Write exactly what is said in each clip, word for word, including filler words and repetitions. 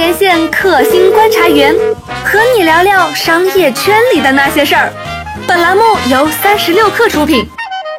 连线克星观察员，和你聊聊商业圈里的那些事儿。本栏目由三十六氪出品。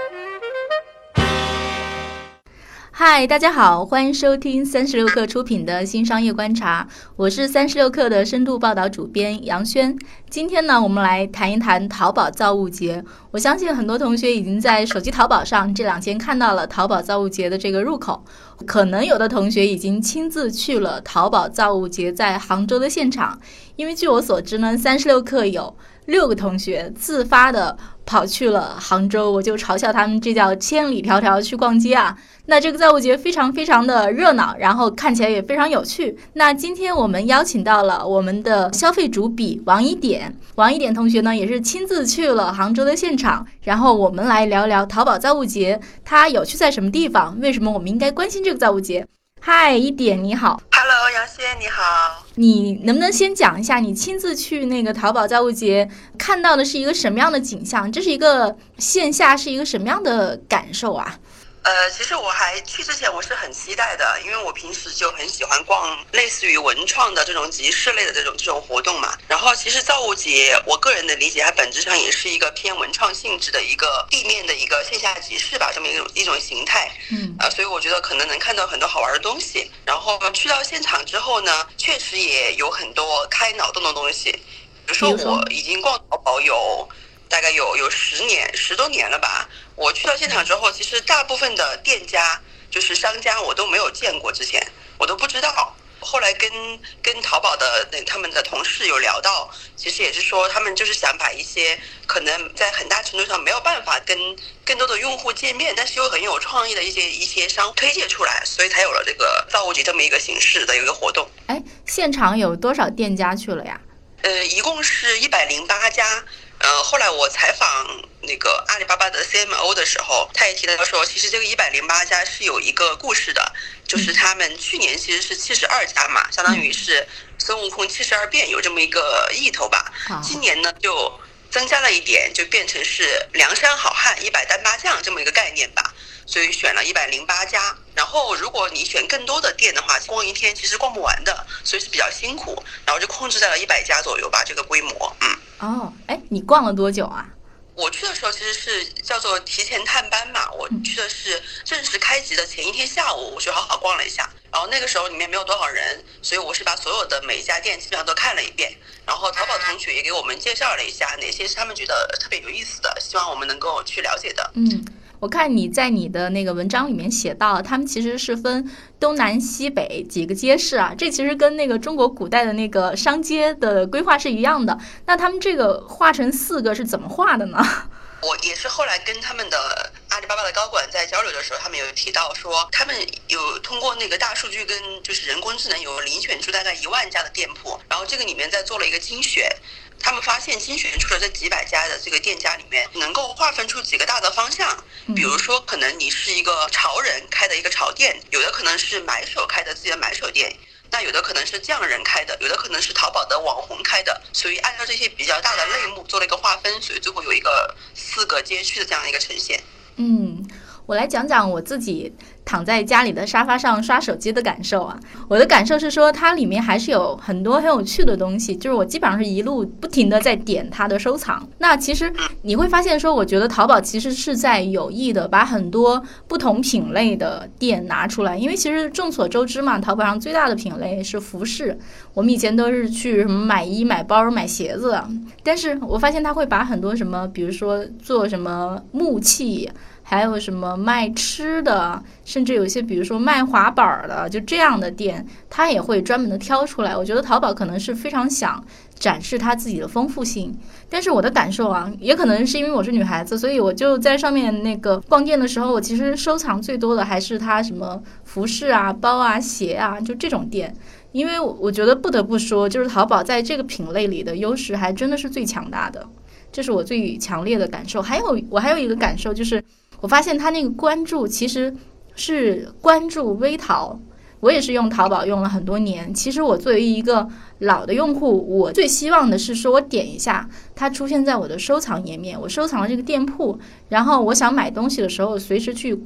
嗨，大家好，欢迎收听三十六氪出品的新商业观察，我是三十六氪的深度报道主编杨轩。今天呢，我们来谈一谈淘宝造物节。我相信很多同学已经在手机淘宝上这两天看到了淘宝造物节的这个入口，可能有的同学已经亲自去了淘宝造物节在杭州的现场。因为据我所知呢，三十六氪有六个同学自发的跑去了杭州，我就嘲笑他们这叫千里迢迢去逛街啊。那这个造物节非常非常的热闹，然后看起来也非常有趣。那今天我们邀请到了我们的消费主笔王一点，王一点同学呢也是亲自去了杭州的现场，然后我们来聊聊淘宝造物节它有趣在什么地方，为什么我们应该关心这个造物节。嗨，一点你好。 Hello， 杨轩你好。 你能不能先讲一下你亲自去那个淘宝造物节看到的是一个什么样的景象？这是一个线下是一个什么样的感受啊？ 呃，其实我还去之前我是很期待的，因为我平时就很喜欢逛类似于文创的这种集市类的这种这种活动嘛。然后其实造物节，我个人的理解，它本质上也是一个偏文创性质的一个地面的一个线下集市吧，这么一种一种形态。嗯，啊、呃，所以我觉得可能能看到很多好玩的东西。然后去到现场之后呢，确实也有很多开脑洞的东西。比如说我已经逛淘宝有大概有有十年十多年了吧。我去到现场之后，其实大部分的店家就是商家我都没有见过，之前我都不知道。后来跟跟淘宝的那他们的同事有聊到，其实也是说他们就是想把一些可能在很大程度上没有办法跟更多的用户见面，但是又很有创意的一些一些商推介出来，所以才有了这个造物节这么一个形式的一个活动。 哎，现场有多少店家去了呀？ 呃，一共是一百零八家。呃，后来我采访那个阿里巴巴的 C M O 的时候，他也提到说，其实这个一百零八家是有一个故事的，就是他们去年其实是七十二家嘛，相当于是孙悟空七十二变，有这么一个意头吧。今年呢就增加了一点，就变成是梁山好汉一百单八将这么一个概念吧。所以选了一百零八家，然后如果你选更多的店的话，逛一天其实逛不完的，所以是比较辛苦，然后就控制在了一百家左右吧，这个规模。嗯。 哦，哎，你逛了多久啊？ 我去的时候其实是叫做提前探班嘛，我去的是正式开集的前一天下午，我就好好逛了一下。然后那个时候里面没有多少人，所以我是把所有的每一家店基本上都看了一遍。然后淘宝同学也给我们介绍了一下哪些是他们觉得特别有意思的，希望我们能够去了解的。 嗯。我看你在你的那个文章里面写到，他们其实是分东南西北几个街市啊，这其实跟那个中国古代的那个商街的规划是一样的。那他们这个划成四个是怎么划的呢？ 我也是后来跟他们的阿里巴巴的高管在交流的时候，他们有提到说，他们有通过那个大数据跟就是人工智能有遴选出大概一万家的店铺，然后这个里面再做了一个精选。他们发现精选出了这几百家的这个店家里面，能够划分出几个大的方向。比如说，可能你是一个潮人开的一个潮店，有的可能是买手开的自己的买手店，那有的可能是匠人开的，有的可能是淘宝的网红开的。所以按照这些比较大的类目做了一个划分，所以最后有一个四个街区的这样一个呈现。 嗯，我来讲讲我自己躺在家里的沙发上刷手机的感受啊。我的感受是说，它里面还是有很多很有趣的东西，就是我基本上是一路不停的在点它的收藏。那其实你会发现说，我觉得淘宝其实是在有意的把很多不同品类的店拿出来，因为其实众所周知嘛，淘宝上最大的品类是服饰，我们以前都是去什么买衣买包买鞋子，但是我发现它会把很多什么，比如说做什么木器，还有什么卖吃的，甚至有一些比如说卖滑板的，就这样的店它也会专门的挑出来。我觉得淘宝可能是非常想展示它自己的丰富性，但是我的感受啊，也可能是因为我是女孩子，所以我就在上面那个逛店的时候，我其实收藏最多的还是它什么服饰啊包啊鞋啊，就这种店。因为我觉得不得不说，就是淘宝在这个品类里的优势还真的是最强大的，这是我最强烈的感受。还有我还有一个感受就是，我发现他那个关注其实是关注微淘，我也是用淘宝用了很多年。其实我作为一个老的用户，我最希望的是说我点一下它出现在我的收藏页面，我收藏了这个店铺，然后我想买东西的时候随时去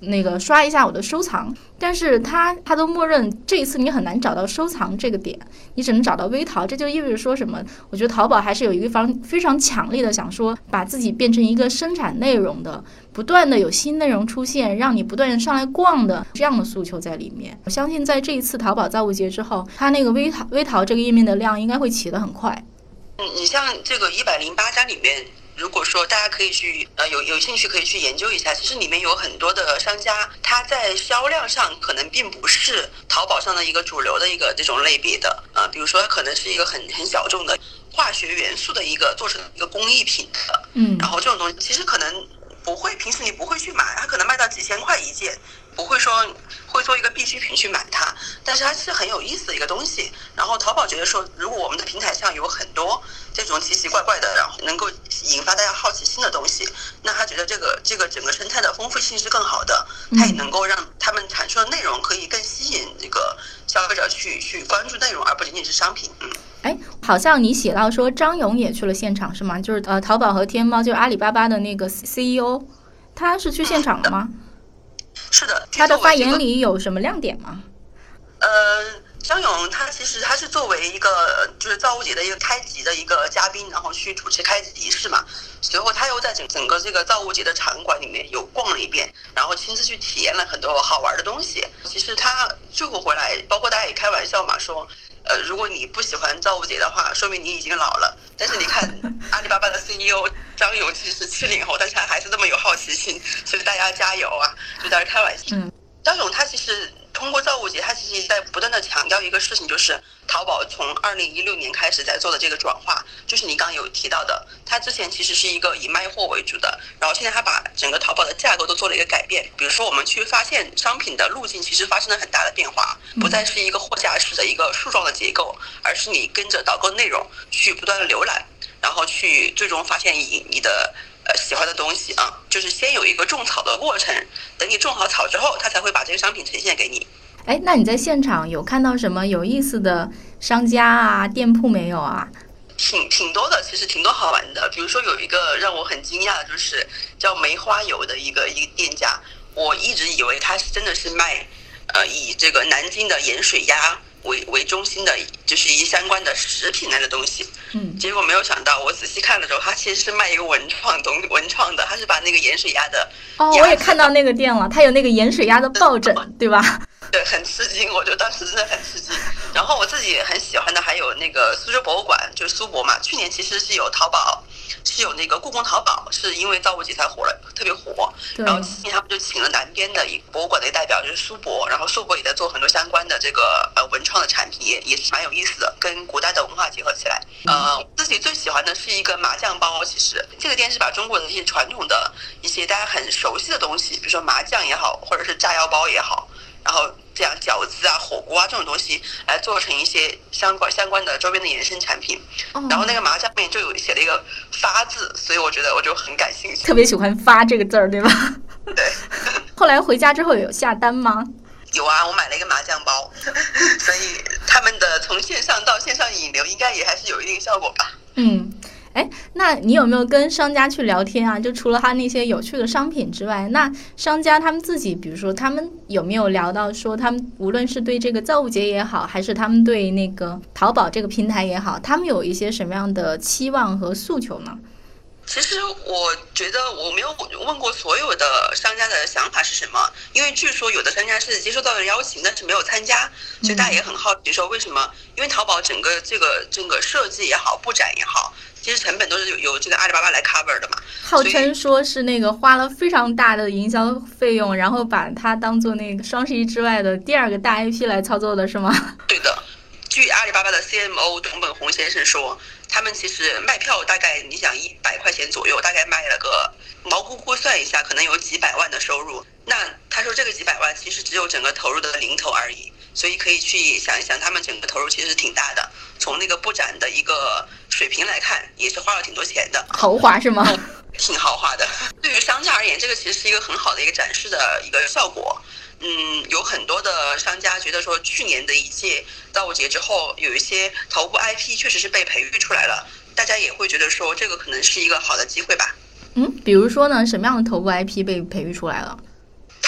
那个刷一下我的收藏，但是它它都默认这一次你很难找到收藏这个点，你只能找到微淘，这就意味着说什么？我觉得淘宝还是有一个非常非常强烈的想说，把自己变成一个生产内容的，不断的有新内容出现，让你不断上来逛的这样的诉求在里面。我相信在这一次淘宝造物节之后，它那个微淘微淘这个页面的量应该会起得很快。 嗯，你像这个一百零八家里面，如果说大家可以去呃有有兴趣可以去研究一下，其实里面有很多的商家，他在销量上可能并不是淘宝上的一个主流的一个这种类别的，呃，比如说它可能是一个很很小众的化学元素的一个做成一个工艺品的， 嗯， 然后这种东西其实可能不会，平时你不会去买，它可能卖到几千块一件，不会说会做一个必需品去买它，但是它是很有意思的一个东西。然后淘宝觉得说，如果我们的平台上有很多这种奇奇怪怪的，然后能够引发大家好奇心的东西，那他觉得这个这个整个生态的丰富性是更好的，它也能够让他们产出的内容可以更吸引这个消费者去去关注内容，而不仅仅是商品。嗯。 哎，好像你写到说张勇也去了现场是吗？就是呃，淘宝和天猫，就是阿里巴巴的那个 C E O， 他是去现场了吗？ 是的。 他的发言里有什么亮点吗？ 呃，张勇他其实他是作为一个就是造物节的一个开集的一个嘉宾，然后去主持开集仪式嘛。随后他又在整整个这个造物节的场馆里面有逛了一遍，然后亲自去体验了很多好玩的东西。其实他最后回来，包括大家也开玩笑嘛，说呃，如果你不喜欢造物节的话，说明你已经老了。但是你看阿里巴巴的 C E O 张勇其实七零后，但是他还是那么有好奇心，所以大家加油啊！就大家开玩笑。嗯，张勇他其实通过造物节，他其实在不断的强调一个事情，就是淘宝从二零一六年开始在做的这个转化，就是你刚刚有提到的，他之前其实是一个以卖货为主的，然后现在他把整个淘宝的架构都做了一个改变。比如说我们去发现商品的路径其实发生了很大的变化，不再是一个货架式的一个树状的结构，而是你跟着导购内容去不断的浏览，然后去最终发现你你的呃喜欢的东西啊，就是先有一个种草的过程，等你种好草之后，他才会把这个商品呈现给你。 哎，那你在现场有看到什么有意思的商家啊、店铺没有啊？ 挺挺多的，其实挺多好玩的。比如说有一个让我很惊讶的，就是叫梅花油的一个一个店家，我一直以为他是真的是卖，呃，以这个南京的盐水鸭为为中心的，就是一相关的食品类的东西。 嗯， 结果没有想到，我仔细看了之后，他其实是卖一个文创东文创的，他是把那个盐水鸭的哦，我也看到那个店了，他有那个盐水鸭的抱枕，对吧？ 对，很吃惊，我觉得当时真的很吃惊。然后我自己很喜欢的还有那个苏州博物馆，就是苏博嘛。去年其实是有淘宝，是有那个故宫淘宝，是因为造物节才火了，特别火。然后今年他们就请了南边的一个博物馆的一个代表，就是苏博。然后苏博也在做很多相关的这个呃文创的产品，也也是蛮有意思的，跟古代的文化结合起来。呃，我自己最喜欢的是一个麻酱包。其实这个店是把中国的一些传统的一些大家很熟悉的东西，比如说麻酱也好，或者是炸药包也好，然后这样饺子啊、火锅啊这种东西来做成一些相关相关的周边的衍生产品。哦、然后那个麻酱面就有写了一个发字，所以我觉得我就很感兴趣， 特别喜欢发这个字儿，对吧？ 对。 后来回家之后有下单吗？ 有啊，我买了一个麻酱包，所以他们的从线上到线上引流应该也还是有一定效果吧。 嗯。哎，那你有没有跟商家去聊天啊？就除了他那些有趣的商品之外，那商家他们自己，比如说他们有没有聊到说，他们无论是对这个造物节也好，还是他们对那个淘宝这个平台也好，他们有一些什么样的期望和诉求呢？ 其实我觉得我没有问过所有的商家的想法是什么，因为据说有的商家是接受到了邀请，但是没有参加，所以大家也很好奇说为什么？因为淘宝整个这个整个设计也好，布展也好，其实成本都是由由这个阿里巴巴来 cover 的嘛。 号称说是那个花了非常大的营销费用，然后把它当做那个双十一之外的第二个大 I P 来操作的是吗？ 对的。据阿里巴巴的 C M O 董本红先生说，他们其实卖票大概你想一百块钱左右，大概卖了个毛估估算一下，可能有几百万的收入。那他说这个几百万其实只有整个投入的零头而已，所以可以去想一想，他们整个投入其实是挺大的。从那个布展的一个水平来看，也是花了挺多钱的。 豪华是吗？ 挺豪华的。对于商家而言，这个其实是一个很好的一个展示的一个效果。嗯，有很多的商家觉得说，去年的一届造物节之后，有一些头部 I P 确实是被培育出来了，大家也会觉得说，这个可能是一个好的机会吧。 嗯，比如说呢，什么样的头部 I P 被培育出来了？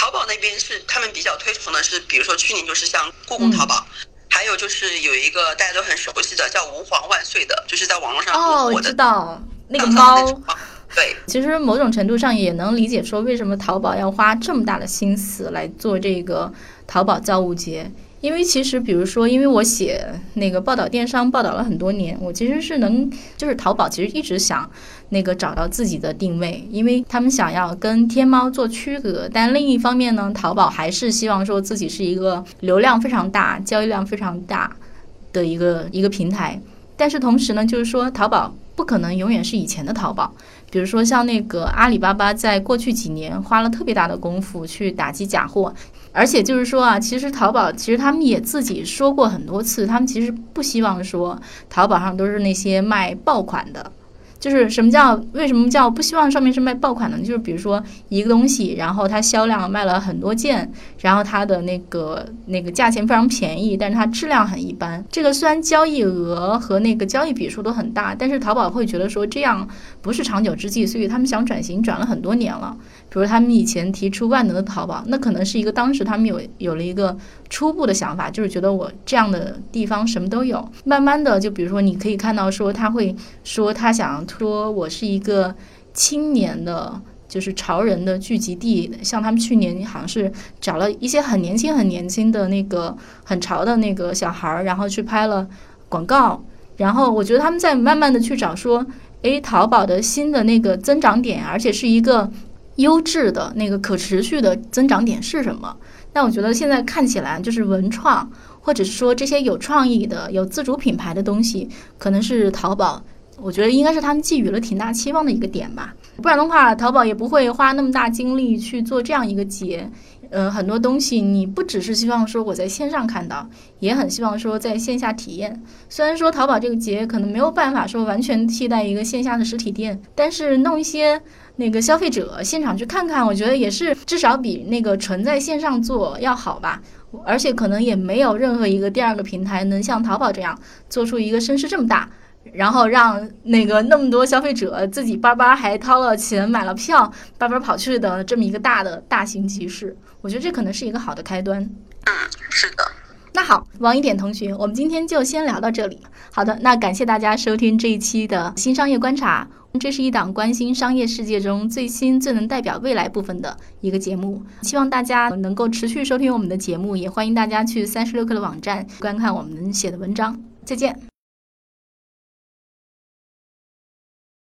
淘宝那边是他们比较推崇的是，比如说去年就是像故宫淘宝。嗯，还有就是有一个大家都很熟悉的叫吾皇万岁的，就是在网络上很火的。 哦，我知道那个猫。 对， 其实某种程度上也能理解说为什么淘宝要花这么大的心思来做这个淘宝造物节。因为其实比如说，因为我写那个报道电商报道了很多年，我其实是能就是淘宝其实一直想那个找到自己的定位，因为他们想要跟天猫做区隔，但另一方面呢，淘宝还是希望说自己是一个流量非常大、交易量非常大的一个一个平台。但是同时呢，就是说淘宝不可能永远是以前的淘宝。比如说像那个阿里巴巴在过去几年花了特别大的功夫去打击假货，而且就是说啊，其实淘宝其实他们也自己说过很多次，他们其实不希望说淘宝上都是那些卖爆款的。就是什么叫为什么叫不希望上面是卖爆款呢？就是比如说一个东西，然后它销量卖了很多件，然后它的那个那个价钱非常便宜，但是它质量很一般。这个虽然交易额和那个交易笔数都很大，但是淘宝会觉得说这样不是长久之计，所以他们想转型转了很多年了。比如他们以前提出万能的淘宝，那可能是一个当时他们有有了一个初步的想法，就是觉得我这样的地方什么都有。慢慢的，就比如说你可以看到说他会说他想说我是一个青年的就是潮人的聚集地，像他们去年好像是找了一些很年轻很年轻的那个很潮的那个小孩，然后去拍了广告。然后我觉得他们在慢慢的去找说，诶，淘宝的新的那个增长点，而且是一个优质的那个可持续的增长点是什么。那我觉得现在看起来就是文创，或者是说这些有创意的有自主品牌的东西，可能是淘宝我觉得应该是他们寄予了挺大期望的一个点吧。不然的话淘宝也不会花那么大精力去做这样一个节。呃，很多东西你不只是希望说我在线上看到，也很希望说在线下体验。虽然说淘宝这个节可能没有办法说完全替代一个线下的实体店，但是弄一些那个消费者现场去看看，我觉得也是至少比那个纯在线上做要好吧。而且可能也没有任何一个第二个平台能像淘宝这样做出一个声势这么大，然后让那个那么多消费者自己巴巴还掏了钱买了票巴巴跑去的这么一个大的大型集市。我觉得这可能是一个好的开端。 嗯，是的。 那好，王一点同学，我们今天就先聊到这里。好的，那感谢大家收听这一期的新商业观察，这是一档关心商业世界中最新最能代表未来部分的一个节目，希望大家能够持续收听我们的节目，也欢迎大家去三十六氪的网站观看我们写的文章。再见。